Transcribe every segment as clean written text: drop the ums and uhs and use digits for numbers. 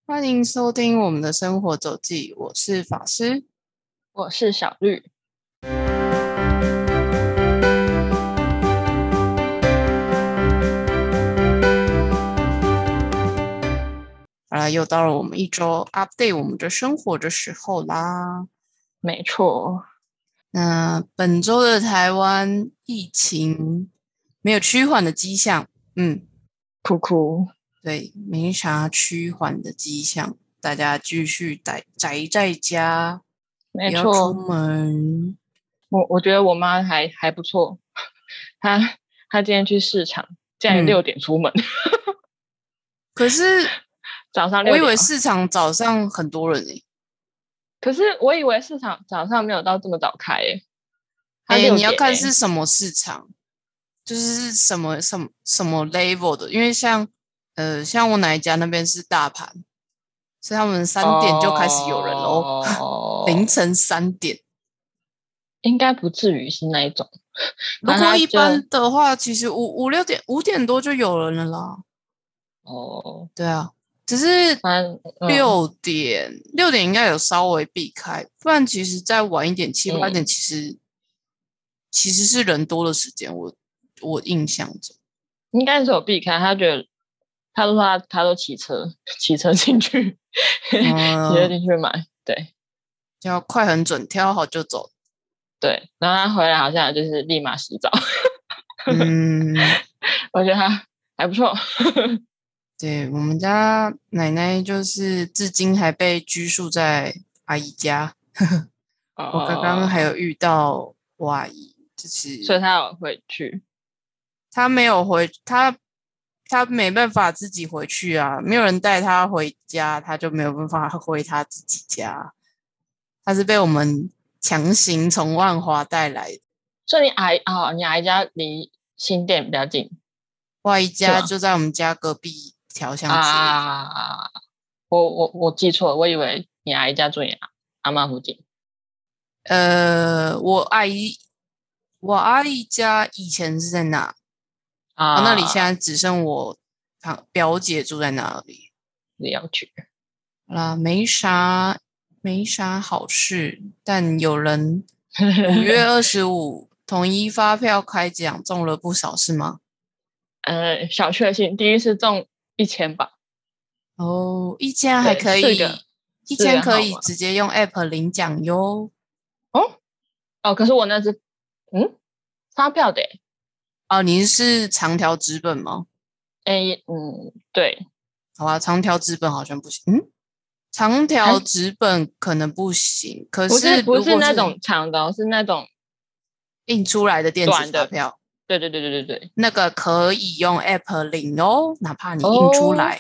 欢迎收听我们的生活周记，我是法师， 我是小绿。 好啦，又到了我们一周 update 我们的生活的时候啦。 没错， 那本周的台湾疫情没有趋缓的迹象， 哭哭。 对，没啥趋缓的迹象，大家继续宅在家，不没要出错。 门。 我觉得我妈还不错，她今天去市场，竟然6点出门。 可是早上6点我以为市场早上很多人可是我以为市场早上没有到这么早开她6点你要看是什么市场，就是什么 level 的，因为像我奶家那边是大盘，所以他们3点就开始有人咯，凌晨3点。 应该不至于是那一种。 如果一般的话，其实5点多就有人了啦。对啊，只是6点应该有稍微避开，不然其实再晚一点7、8点其实是人多的时间，我印象中应该是有避开。他说他都骑车进去，骑车进去买。对， 要快很准，挑好就走。 对，然后他回来好像就是立马洗澡。我觉得他还不错。 对，我们家奶奶就是至今还被拘束在阿姨家。我刚刚还有遇到我阿姨，就是所以他有回去。 他没有回，他没办法自己回去啊，没有人带他回家，他就没有办法回他自己家。他是被我们强行从万华带来的。 所以你阿姨家离新店比较近。 我阿姨家就在我们家隔壁条巷子。 我记错了，我以为你阿姨家住你阿嬷附近。 我阿姨家以前是在那那里现在只剩我表姐住在那里。 了解。 好啦，没啥好事，但有人5月25统一发票开奖中了不少是吗？ 小确幸，第一次中1000吧。 1000还可以，1000可以直接用 App 领奖哟。 可是我那是发票的你是长条纸本吗？ 对。 好吧，长条纸本好像不行。长条纸本可能不行，可是不是那种长的，是那种印出来的电子发票。 对， 那个可以用 App 领哦，哪怕你印出来。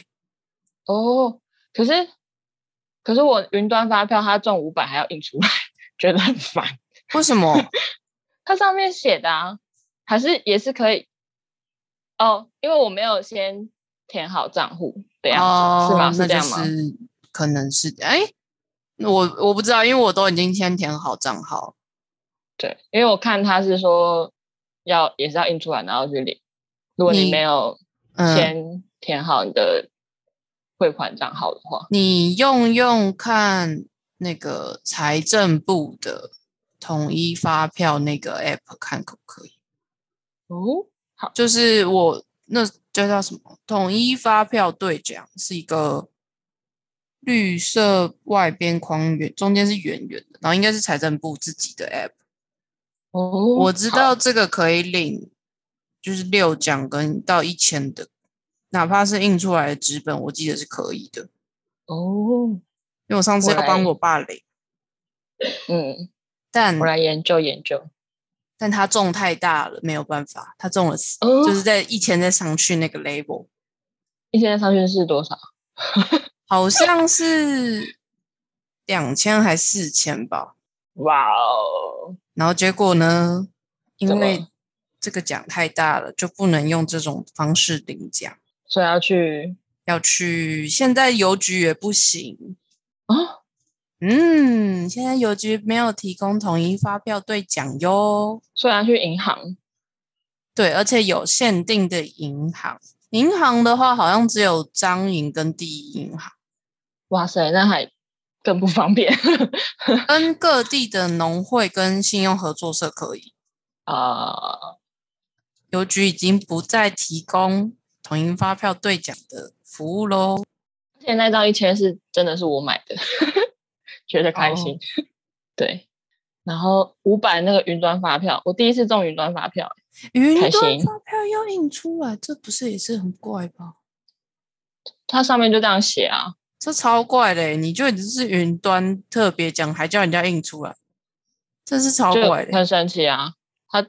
可是我云端发票它中500还要印出来，觉得很烦。 为什么？ 它上面写的还是也是可以因为我没有先填好账户的样子，是吗？是这样吗？ 可能是我不知道，因为我都已经先填好账号。 对，因为我看他是说也是要印出来然后去领，如果你没有先填好你的汇款账号的话， 你用看那个财政部的统一发票那个 App 看可不可以。 好， 就是那叫什么统一发票兑奖，是一个绿色外边框圆，中间是圆圆的，然后应该是财政部自己的 App。我知道这个可以领，就是6奖跟到1000的，哪怕是印出来的纸本，我记得是可以的。因为我上次要帮我爸领。 我来研究研究。 但他中太大了，没有办法，他中了就是在1000再上去那个 label。 1000再上去是多少？ 好像是2000还4000吧。 哇哦！ 然后结果呢，因为这个奖太大了，就不能用这种方式领奖， 所以要去现在邮局也不行现在邮局没有提供统一发票兑奖哟， 所以要去银行。 对，而且有限定的银行的话好像只有彰银跟第一银行。 哇塞，那还更不方便。 跟各地的农会跟信用合作社可以。邮局已经不再提供统一发票兑奖的服务咯。 而且那张1000是真的是我买的，觉得开心。对，然后500那个云端发票，我第一次中云端发票， 云端发票要印出来，这不是也是很怪吧？ 它上面就这样写啊， 这超怪的，你就已经是云端特别奖，还叫人家印出来，这是超怪的， 很神奇啊。它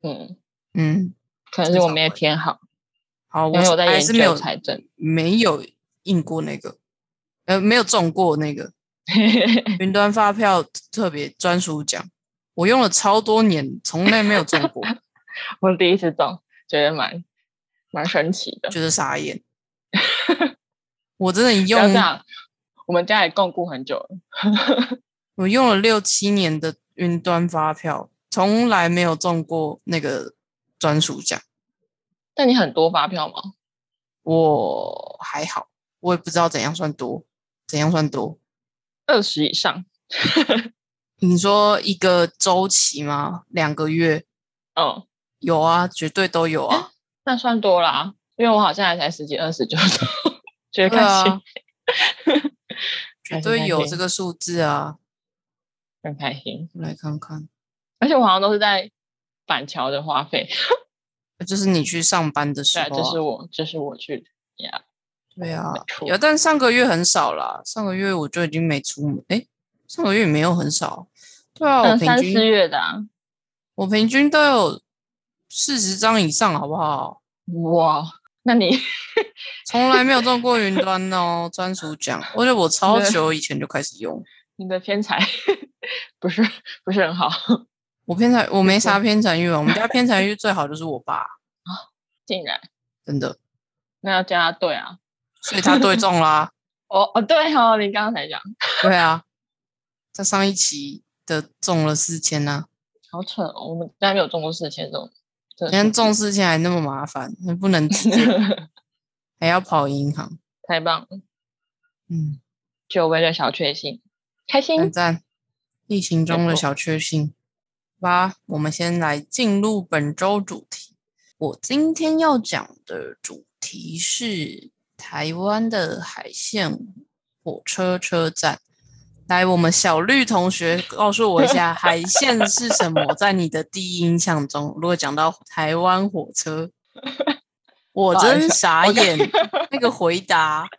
可能是我没有填好。 好， 因为我在研究财政， 没有印过那个，没有中过那个云端发票特别专属奖，我用了超多年，从来没有中过。 我第一次中，觉得蛮神奇的， 觉得傻眼。我真的用这样，我们家也共顾很久了。 我用了6、7年的云端发票，从来没有中过那个专属奖。 但你很多发票吗？ 我还好，我也不知道怎样算多，怎样算多 ？20以上。 你说一个周期吗？2个月？有啊，绝对都有啊。 那算多啦，因为我好像还才10几20就觉得开心。 绝对有这个数字啊， 很开心。 来看看， 而且我好像都是在板桥的花费。 就是你去上班的时候、啊， 对，这是我去的呀。 对啊，有，但上个月很少啦，上个月我就已经没出门，上个月也没有很少，对啊，我平均 3、4月的啊， 我平均都有40张以上，好不好？ 哇，那你从来没有中过云端哦，专属奖，而且我超久以前就开始用。 你的偏财不是很好。 我没啥偏财运，我们家偏财运最好就是我爸啊，竟然真的， 那要叫他对啊， 所以他对中啦。 对哦，你刚才讲， 对啊，在上一期的中了4000啊， 好扯哦，我们家没有中过4000这种， 连中4000还那么麻烦，不能直接还要跑银行， 太棒了，久违的小确幸，开心， 赞，疫情中的小确幸。吧，我们先来进入本周主题。我今天要讲的主题是台湾的海线火车车站。来，我们小绿同学告诉我一下，海线是什么？在你的第一印象中，如果讲到台湾火车，我真傻眼。那个回答，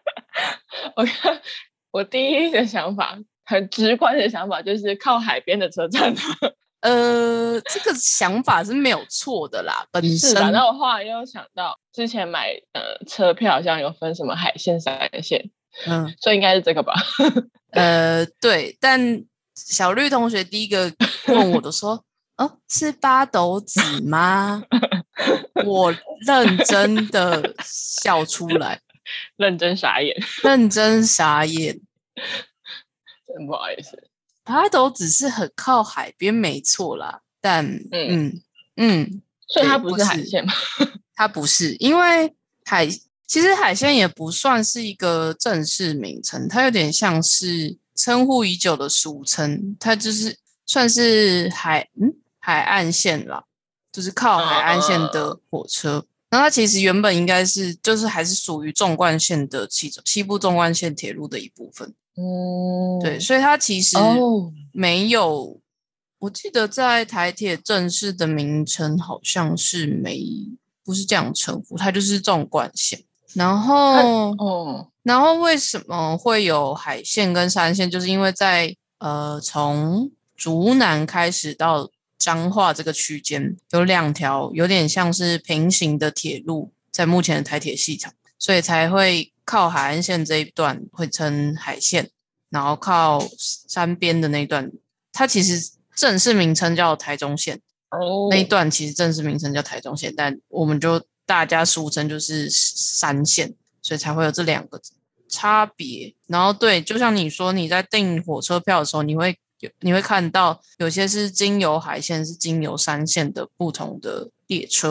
我第一的想法，很直观的想法就是靠海边的车站。 这个想法是没有错的啦，本身。 是的，那我后来又想到，之前买车票好像有分什么海线、山线，所以应该是这个吧。 对，但小绿同学第一个问我的说，是八斗子吗？我认真的笑出来， 认真傻眼，真不好意思。 八斗子是很靠海边，没错啦，但所以它不是海线吗？ 它不是，因为其实海线也不算是一个正式名称，它有点像是称呼已久的俗称，它就是算是海岸线啦，就是靠海岸线的火车。那它其实原本应该是就是还是属于纵贯线的西部纵贯线铁路的一部分。对，所以它其实没有，我记得在台铁正式的名称好像是不是这样称呼，它就是纵贯线。然后为什么会有海线跟山线？就是因为在从竹南开始到彰化这个区间有2条有点像是平行的铁路，在目前的台铁系统，所以才会靠海岸线这一段会称海线。然后靠山边的那一段，它其实正式名称叫台中线。那一段其实正式名称叫台中线，但我们就大家俗称就是山线，所以才会有这2个差别。然后对，就像你说，你在订火车票的时候，你会看到有些是经由海线，是经由山线的不同的列车。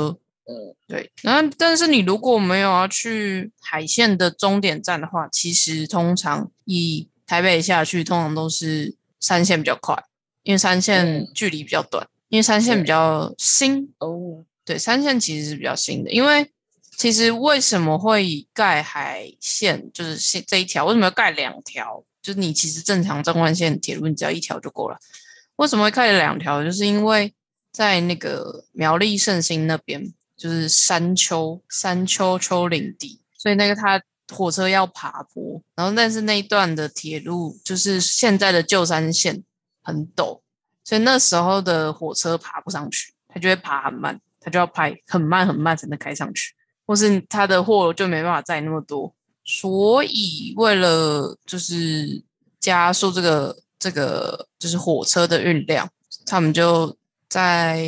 对。然后但是你如果没有要去海线的终点站的话，其实通常以台北下去通常都是山线比较快，因为山线距离比较短，因为山线比较新。对，山线其实是比较新的，因为其实为什么会盖海线，就是这一条，为什么要盖2条？就是你其实正常纵贯线铁路你只要1条就够了，为什么会盖2条？就是因为在那个苗栗圣心那边，就是山丘丘陵地，所以那个它火车要爬坡，然后但是那一段的铁路就是现在的旧山线很陡，所以那时候的火车爬不上去，它就会爬很慢，它就要拍很慢很慢才能开上去，或是它的货就没办法载那么多，所以为了就是加速这个就是火车的运量，他们就在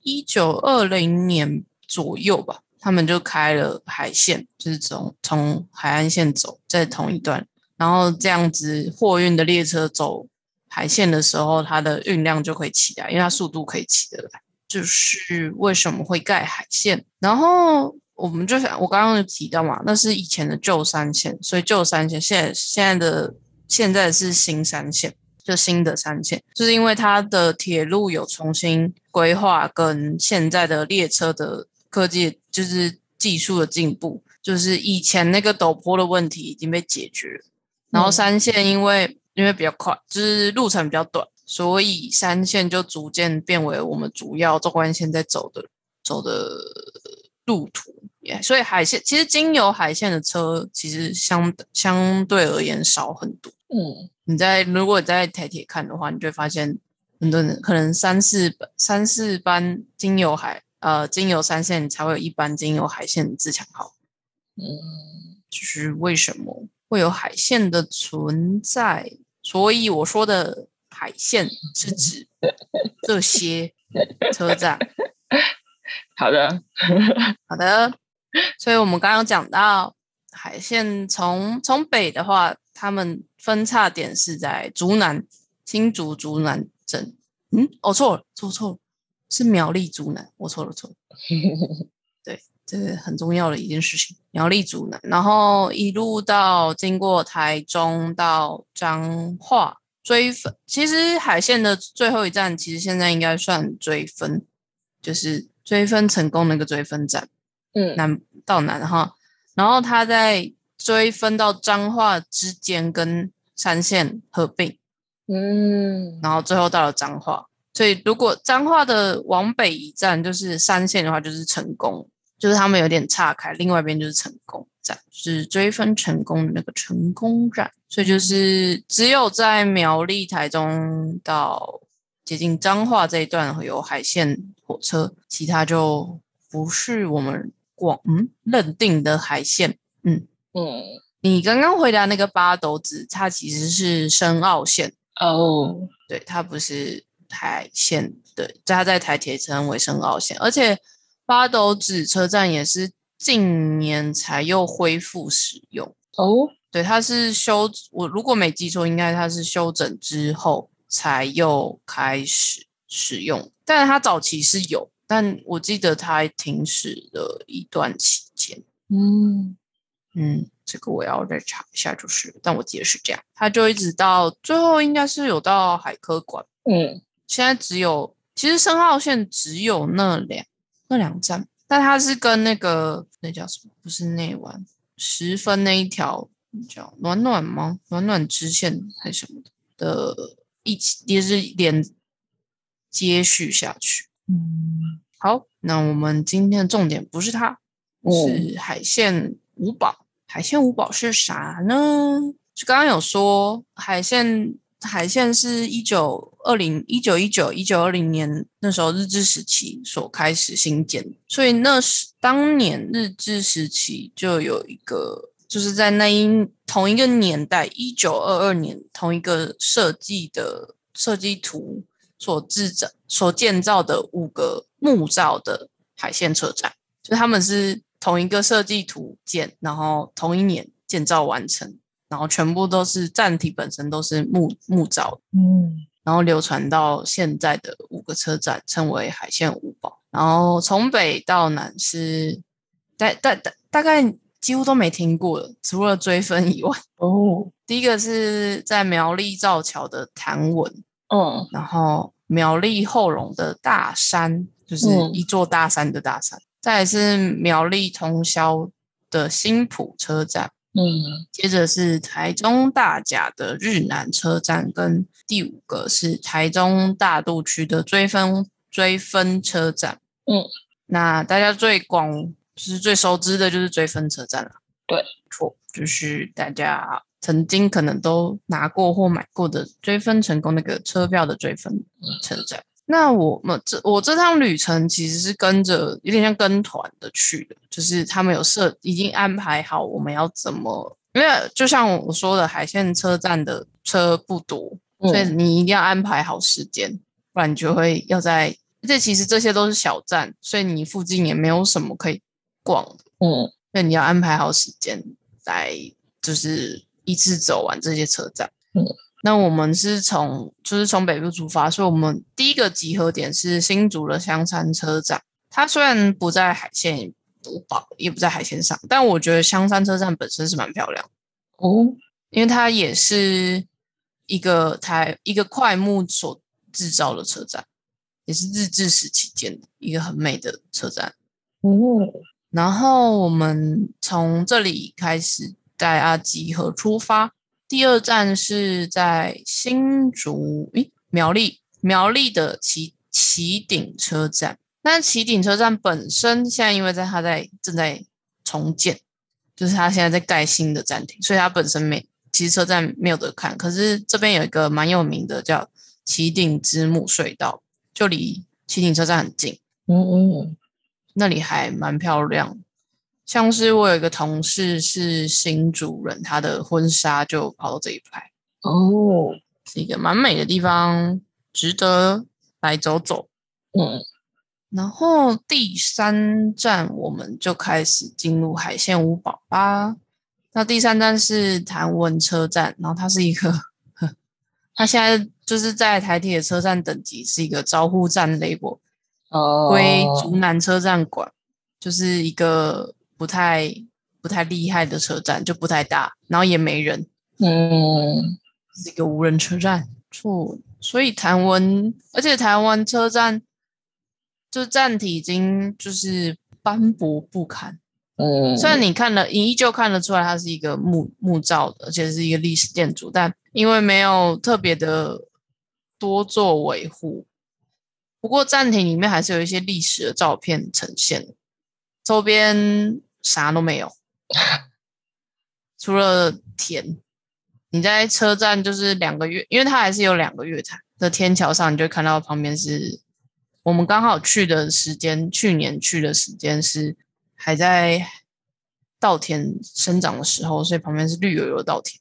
1920年左右吧，他们就开了海线，就是从海岸线走在同一段，然后这样子货运的列车走海线的时候，它的运量就可以起来，因为它速度可以起得来，就是为什么会盖海线。然后我们就想，我刚刚有提到嘛，那是以前的旧山线，所以旧山线现在是新山线。就新的山线，就是因为它的铁路有重新规划，跟现在的列车的科技就是技术的进步，就是以前那个陡坡的问题已经被解决了。然后山线因为比较快，就是路程比较短，所以山线就逐渐变为我们主要纵贯线在走的路途。所以海线其实经由海线的车其实相对而言少很多。如果你在台铁看的话，你就会发现很多人可能三四班经由山线，才会有1班经由海线的自强号。就是为什么会有海线的存在？所以我说的海线是指这些车站。 好的， 好的。所以我们刚刚讲到海线从北的话，他们分叉点是在新竹竹南镇。错了，是苗栗竹南，我错了。对，这个很重要的一件事情，苗栗竹南，然后一路到经过台中到彰化追分。其实海线的最后一站，其实现在应该算追分，就是追分成功那个追分站。南哈，然后它在追分到彰化之间跟山线合并，然后最后到了彰化。所以如果彰化的往北一站就是山线的话，就是成功，就是他们有点岔开，另外一边就是成功站，就是追分成功的那个成功站。所以就是只有在苗栗台中到接近彰化这一段会有海线火车，其他就不是我们认定的海线。你刚刚回答那个八斗子，它其实是深澳线。对，它不是海线。对，它在台铁称为深澳线，而且八斗子车站也是近年才又恢复使用。对，它是我如果没记错，应该它是修整之后才又开始使用，但是它早期是有，但我记得它停驶了一段期间。这个我要再查一下，但我记得是这样，它就一直到最后应该是有到海科馆。现在其实深澳线只有那两站，但它是跟那叫什么？不是内湾10分那一条叫暖暖吗？暖暖支线还是什么的一起也是连接续下去。好，那我们今天的重点不是它，是海线五宝。海线五宝是啥呢？就刚刚有说海线是1920年那时候日治时期所开始兴建，所以当年日治时期就有一个，就是在同一个年代1922年同一个设计图所建造的5个木造的海线车站，就他们是同一个设计图建，然后同一年建造完成，然后全部都是站体本身都是木造，然后流传到现在的5个车站，称为海线五宝。 然后从北到南是大概几乎都没听过的，除了追分以外。第一个是在苗栗造桥的谭文，然后苗栗后龙的大山，就是一座大山的大山。再来是苗栗通霄的新埔车站，接着是台中大甲的日南车站，跟第5个是台中大肚区的追分车站。那大家就是最熟知的就是追分车站了。 对， 错，就是大家曾经可能都拿过或买过的追分成功那个车票的追分车站。那我这趟旅程其实是跟着有点像跟团的去的，就是他们已经安排好我们要怎么，因为就像我说的，海线车站的车不多，所以你一定要安排好时间，不然你就会要在，其实这些都是小站，所以你附近也没有什么可以逛的，所以你要安排好时间来，就是一次走完这些车站。那我们是从北部出发，所以我们第一个集合点是新竹的香山车站。它虽然不在海线也不在海线上，但我觉得香山车站本身是蛮漂亮因为它也是一个块木所制造的车站，也是日治时期建的一个很美的车站。然后我们从这里开始带阿集合出发。第2站是在新竹苗栗的旗顶车站。那旗顶车站本身现在因为正在重建，就是它现在在盖新的站亭，所以它本身其实车站没有得看。可是这边有一个蛮有名的叫旗顶之母隧道，就离旗顶车站很近。那里还蛮漂亮。像是我有一个同事是新竹人，他的婚纱就跑到这一排是一个蛮美的地方，值得来走走。然后第3站我们就开始进入海线五堡吧。那第3站是潭文车站，然后它是一个它现在就是在台铁车站等级是一个招呼站 label，归竹南车站管，就是一个不太厉害的车站，就不太大，然后也没人，是一个无人车站。所以而且台湾车站就站体已经就是斑驳不堪。虽然你依旧看得出来它是一个木造的，而且是一个历史建筑，但因为没有特别的多做维护。不过站体里面还是有一些历史的照片呈现，周边啥都没有，除了田。你在车站就是2个月，因为它还是有2个月台的天桥上，你就会看到旁边是我们刚好去的时间，去年去的时间是还在稻田生长的时候，所以旁边是绿油油的稻田。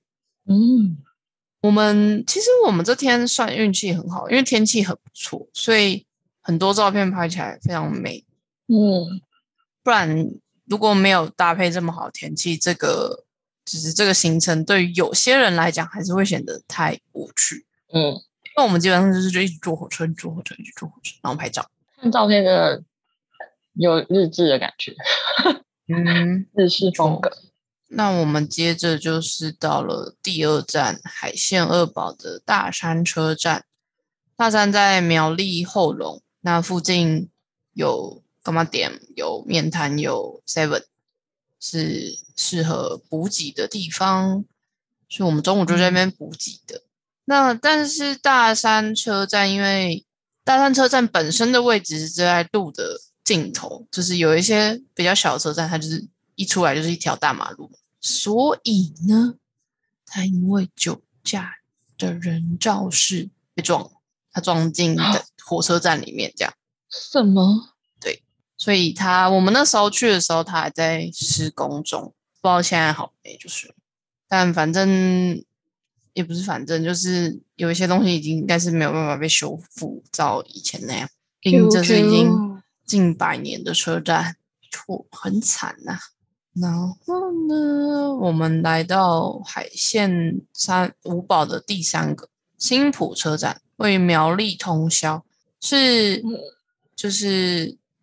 其实我们这天算运气很好，因为天气很不错，所以很多照片拍起来非常美。不然如果没有搭配这么好的天气，这个行程对于有些人来讲还是会显得太无趣。因为我们基本上就一直坐火车，然后拍照。 看照片的有日治的感觉，日式风格。 那我们接着就是到了第2站海线二堡的大山车站。大山在苗栗后龙，那附近有干嘛点，有面摊，有 Seven， 是适合补给的地方，所以我们中午就在那边补给的。那但是大山车站，因为大山车站本身的位置是在路的尽头，就是有一些比较小的车站，它就是一出来就是一条大马路，所以呢，它因为酒驾的人肇事被撞了，他撞进的火车站里面，这样。 什么？ 对，所以我们那时候去的时候，他还在施工中，不知道现在好没就是。但反正也不是，就是有一些东西已经应该是没有办法被修复照以前那样，毕竟这是已经近100年的车站，很惨呐。然后呢，我们来到海线五堡的第3个新埔车站，位于苗栗通霄，就是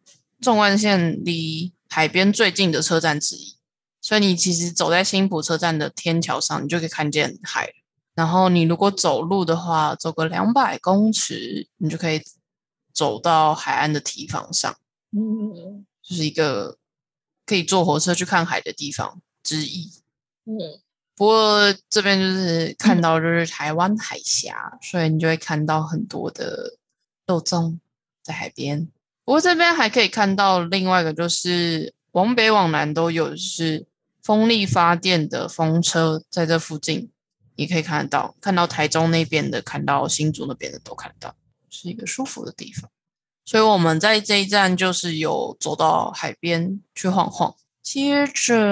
纵贯线离海边最近的车站之一，所以你其实走在新埔车站的天桥上，你就可以看见海。然后你如果走路的话，走个200公尺，你就可以走到海岸的堤防上。就是一个可以坐火车去看海的地方之一。不过这边就是看到就是台湾海峡，所以你就会看到很多的肉粽在海边。不过这边还可以看到另外一个，就是往北往南都有，就是风力发电的风车在这附近也可以看得到，看到台中那边的，看到新竹那边的都看得到，是一个舒服的地方。所以我们在这一站就是有走到海边去晃晃。接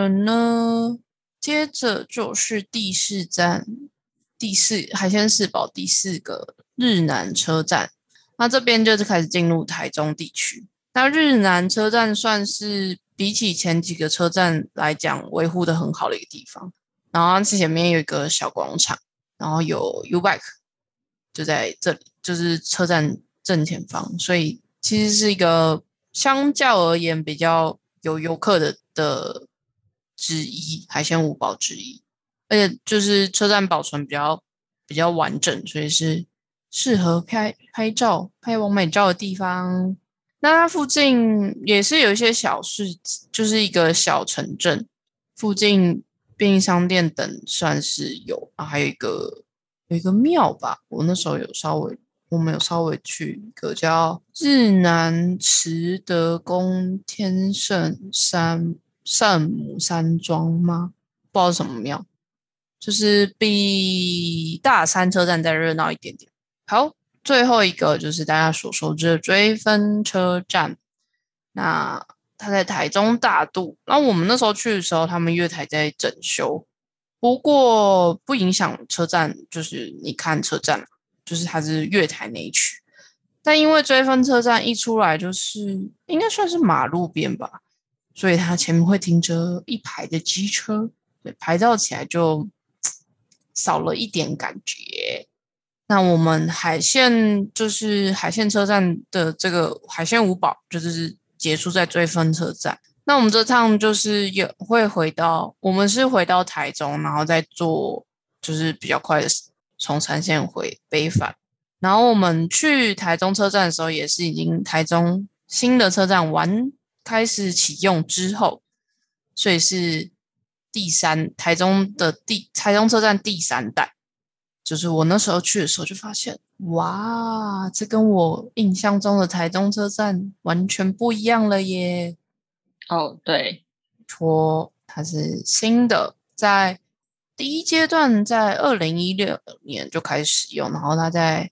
着就是第4站，海鲜四堡第4个日南车站。那这边就是开始进入台中地区。那日南车站算是比起前几个车站来讲维护的很好的一个地方。然后前面有一个小广场，然后有 U-Bike 就在这里，就是车站正前方，所以其实是一个相较而言比较有游客的之一，海鲜五堡之一。而且就是车站保存比较完整，所以是适合拍照、拍完美照的地方。那它附近也是有一些小市，就是一个小城镇，附近便利商店等算是有，还有一个庙吧。我那时候我们有稍微去一个叫日南慈德宫天圣母山庄吗？不知道是什么庙，就是比大山车站再热闹一点点。好，最后一个就是大家所熟知的追分车站。那它在台中大肚，那我们那时候去的时候，他们月台在整修，不过不影响车站，就是你看车站，就是它是月台那一区。但因为追分车站一出来，就是应该算是马路边吧，所以它前面会停着一排的机车，对，排照起来就少了一点感觉。那我们海线车站的这个海线五堡，就是结束在追分车站。那我们这趟就是也会我们是回到台中，然后再坐就是比较快的从三线回北返。然后我们去台中车站的时候，也是已经台中新的车站开始启用之后，所以是台中车站第3代。就是我那时候去的时候就发现，哇，这跟我印象中的台中车站完全不一样了耶。 对， 说它是新的，在第一阶段在2016年就开始使用，然后它在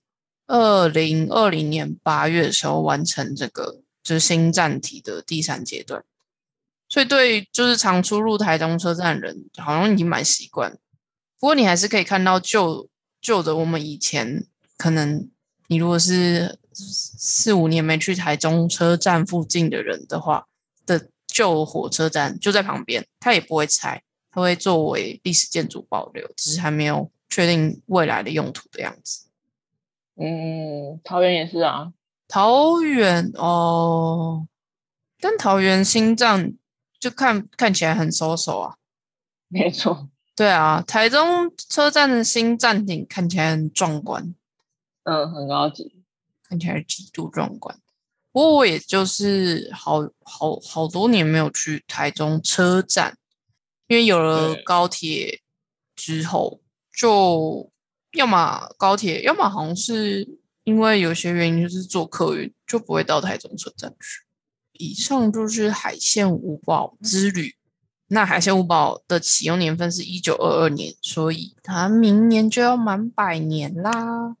2020年8月的时候完成这个就是新站体的第3阶段。所以对就是常出入台中车站的人好像已经蛮习惯，不过你还是可以看到旧的我们以前可能你如果是4-5年没去台中车站附近的人的话的旧火车站就在旁边，它也不会拆，它会作为历史建筑保留，只是还没有确定未来的用途的样子。 桃园也是啊。 桃园但桃园新站就看起来很收手啊。 没错。 对啊，台中车站的新站顶看起来很壮观。 很高级， 看起来极度壮观。不过我也就是好多年没有去台中车站，因为有了高铁之后，就要么高铁，要么好像是因为有些原因，就是坐客运就不会到台中车站去。以上就是海线五堡之旅。那海线五堡的启用年份是1922年，所以它明年就要满100年啦。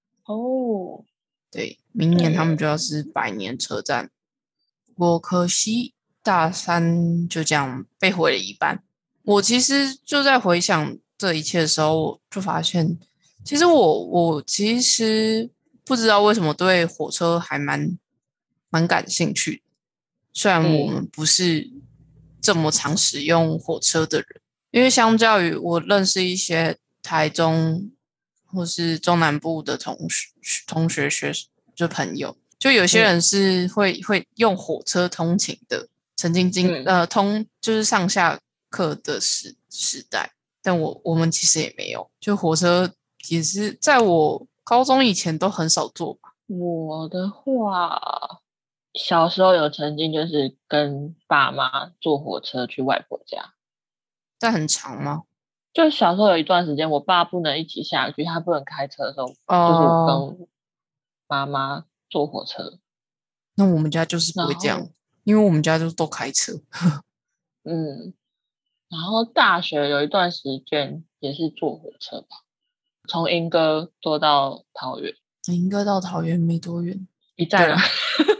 对，明年他们就要是100年车站。我可惜大三就这样被毁了一半。我其实就在回想这一切的时候，我就发现，其实我其实不知道为什么对火车还蛮感兴趣。虽然我们不是这么常使用火车的人，因为相较于我认识一些台中或是中南部的同学就朋友， 就有些人是会用火车通勤的，曾经就是上下课的时代，但我们其实也没有，就火车也是在我高中以前都很少坐吧。 我的话，小时候有曾经就是跟爸妈坐火车去外婆家， 但很长吗？ 就小时候有一段时间，我爸不能一起下去，他不能开车的时候，就是我跟妈妈坐火车。 那我们家就是不会这样，因为我们家就都开车。 然后大学有一段时间也是坐火车吧，从莺歌坐到桃园。 莺歌到桃园没多远， 一站啊？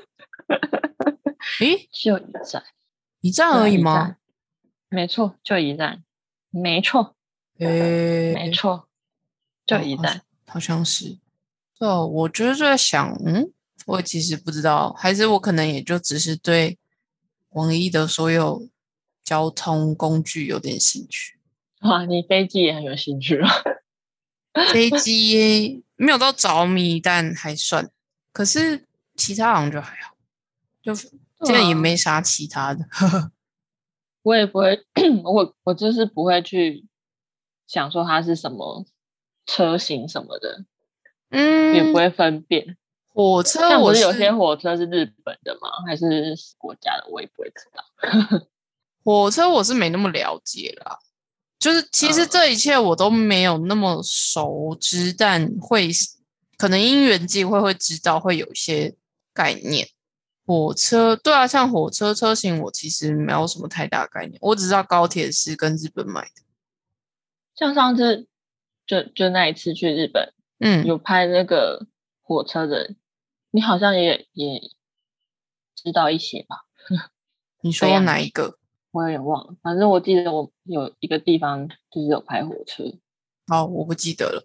诶， 就一站， 一站而已吗？ 没错，就一站，没错，没错，就一站， 好像是。对哦，我就是在想，我其实不知道，还是我可能也就只是对网易的所有交通工具有点兴趣。 哇，你飞机也很有兴趣啊？ 飞机没有到着迷，但还算。可是其他好像就还好，就现在也没啥其他的。 我也不会，我就是不会去想说它是什么车型什么的，也不会分辨。 火车像不是有些火车是日本的吗？还是国家的？我也不会知道。 火车我是没那么了解啦，就是其实这一切我都没有那么熟知，但可能因缘际会知道，会有一些概念。火车对啊，像火车车型我其实没有什么太大概念，我只知道高铁是跟日本买的。 像上次就那一次去日本，有拍那个火车的，你好像也知道一些吧？ 你说哪一个？ 我有点忘了，反正我记得我有一个地方就是有拍火车。 好，我不记得了。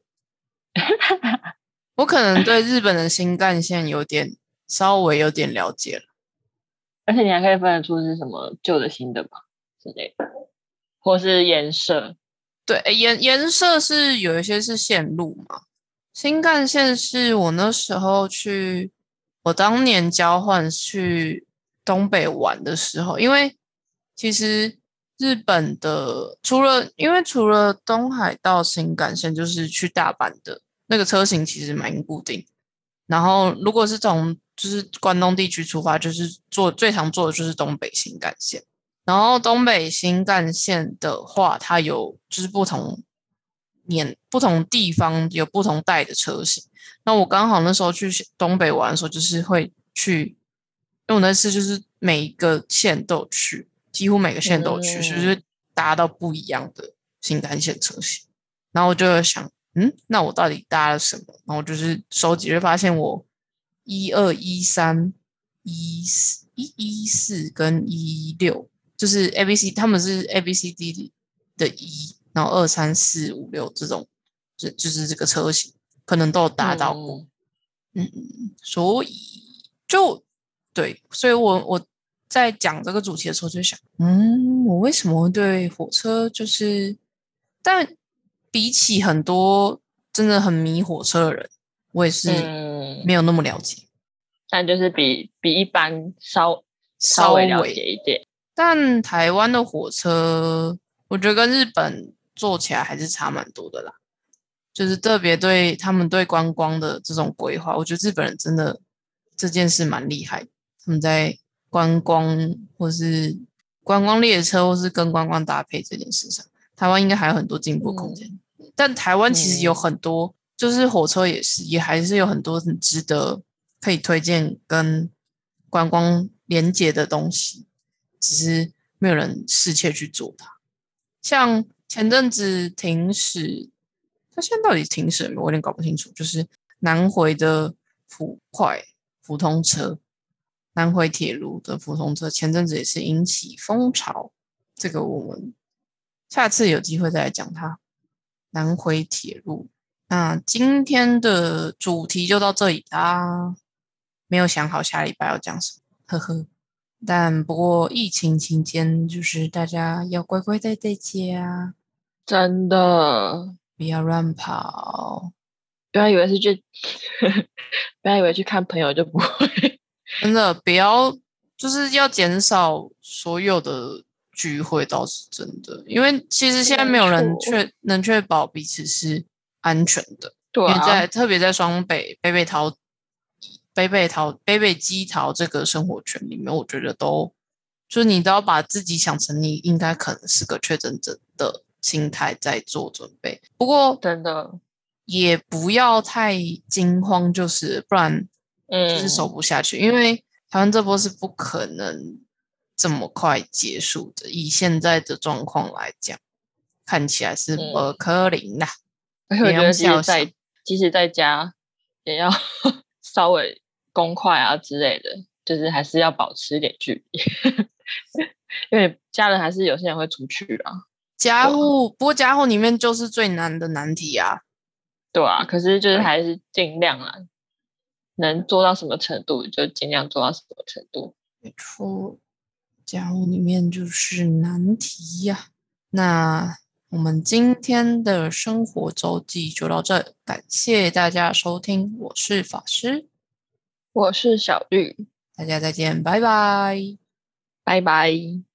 我可能对日本的新干线稍微有点了解了， 而且你还可以分得出是什么旧的、新的吧之类的，或是颜色。 对，颜色是有一些是线路嘛。新干线是我那时候我当年交换去东北玩的时候，因为其实日本的除了东海道新干线，就是去大阪的那个车型其实蛮固定。然后如果是就是关东地区出发，就是最常坐的就是东北新干线。然后东北新干线的话，它有就是不同地方有不同代的车型。那我刚好那时候去东北玩的时候，就是会去，因为我那次就是每一个县都有去，几乎每个县都有去，就是搭到不一样的新干线车型。然后我就想，那我到底搭了什么？然后我就是收集，就发现我12、13、14跟16。就是 ABC，他们是 ABCD 的然后2、3、4、5、6这种，就是这个车型可能都有达到过，所以对，所以我在讲这个主题的时候就想，我为什么会对火车但比起很多真的很迷火车的人，我也是没有那么了解， 但就是比一般稍微了解一点。 但台湾的火车，我觉得跟日本做起来还是差蛮多的啦。就是特别对他们对观光的这种规划，我觉得日本人真的这件事蛮厉害的。他们在观光或是观光列车或是跟观光搭配这件事上，台湾应该还有很多进步空间。但台湾其实有很多，就是火车也还是有很多很值得可以推荐跟观光连接的东西。只是没有人适切去做它。像前阵子停驶，它现在到底停驶了没有？我有点搞不清楚。就是南回的普通车，南回铁路的普通车，前阵子也是引起风潮。这个我们下次有机会再来讲它。南回铁路，那今天的主题就到这里啦。没有想好下礼拜要讲什么，呵呵。但不过疫情期间，就是大家要乖乖待在家， 真的不要乱跑。 不要以为是去不要以为去看朋友就不会。 真的不要，就是要减少所有的聚会，倒是真的，因为其实现在没有人能确保彼此是安全的。 对啊， 因为特别在双北北北基桃这个生活圈里面，我觉得就是你都要把自己想成你应该可能是个确诊者的心态在做准备。不过真的也不要太惊慌，就是不然就是守不下去，因为台湾这波是不可能这么快结束的。以现在的状况来讲，看起来是不可能啦。 而且我觉得即使在家也要稍微公筷啊之类的，就是还是要保持一点距离。因为家人还是有些人会出去啊。 不过家户里面就是最难的难题啊。 对啊，可是就是还是尽量啊，能做到什么程度就尽量做到什么程度。 没错，家户里面就是难题呀。那我们今天的生活周记就到这，感谢大家收听，我是法师， 我是小绿， 大家再见，拜拜， 拜拜。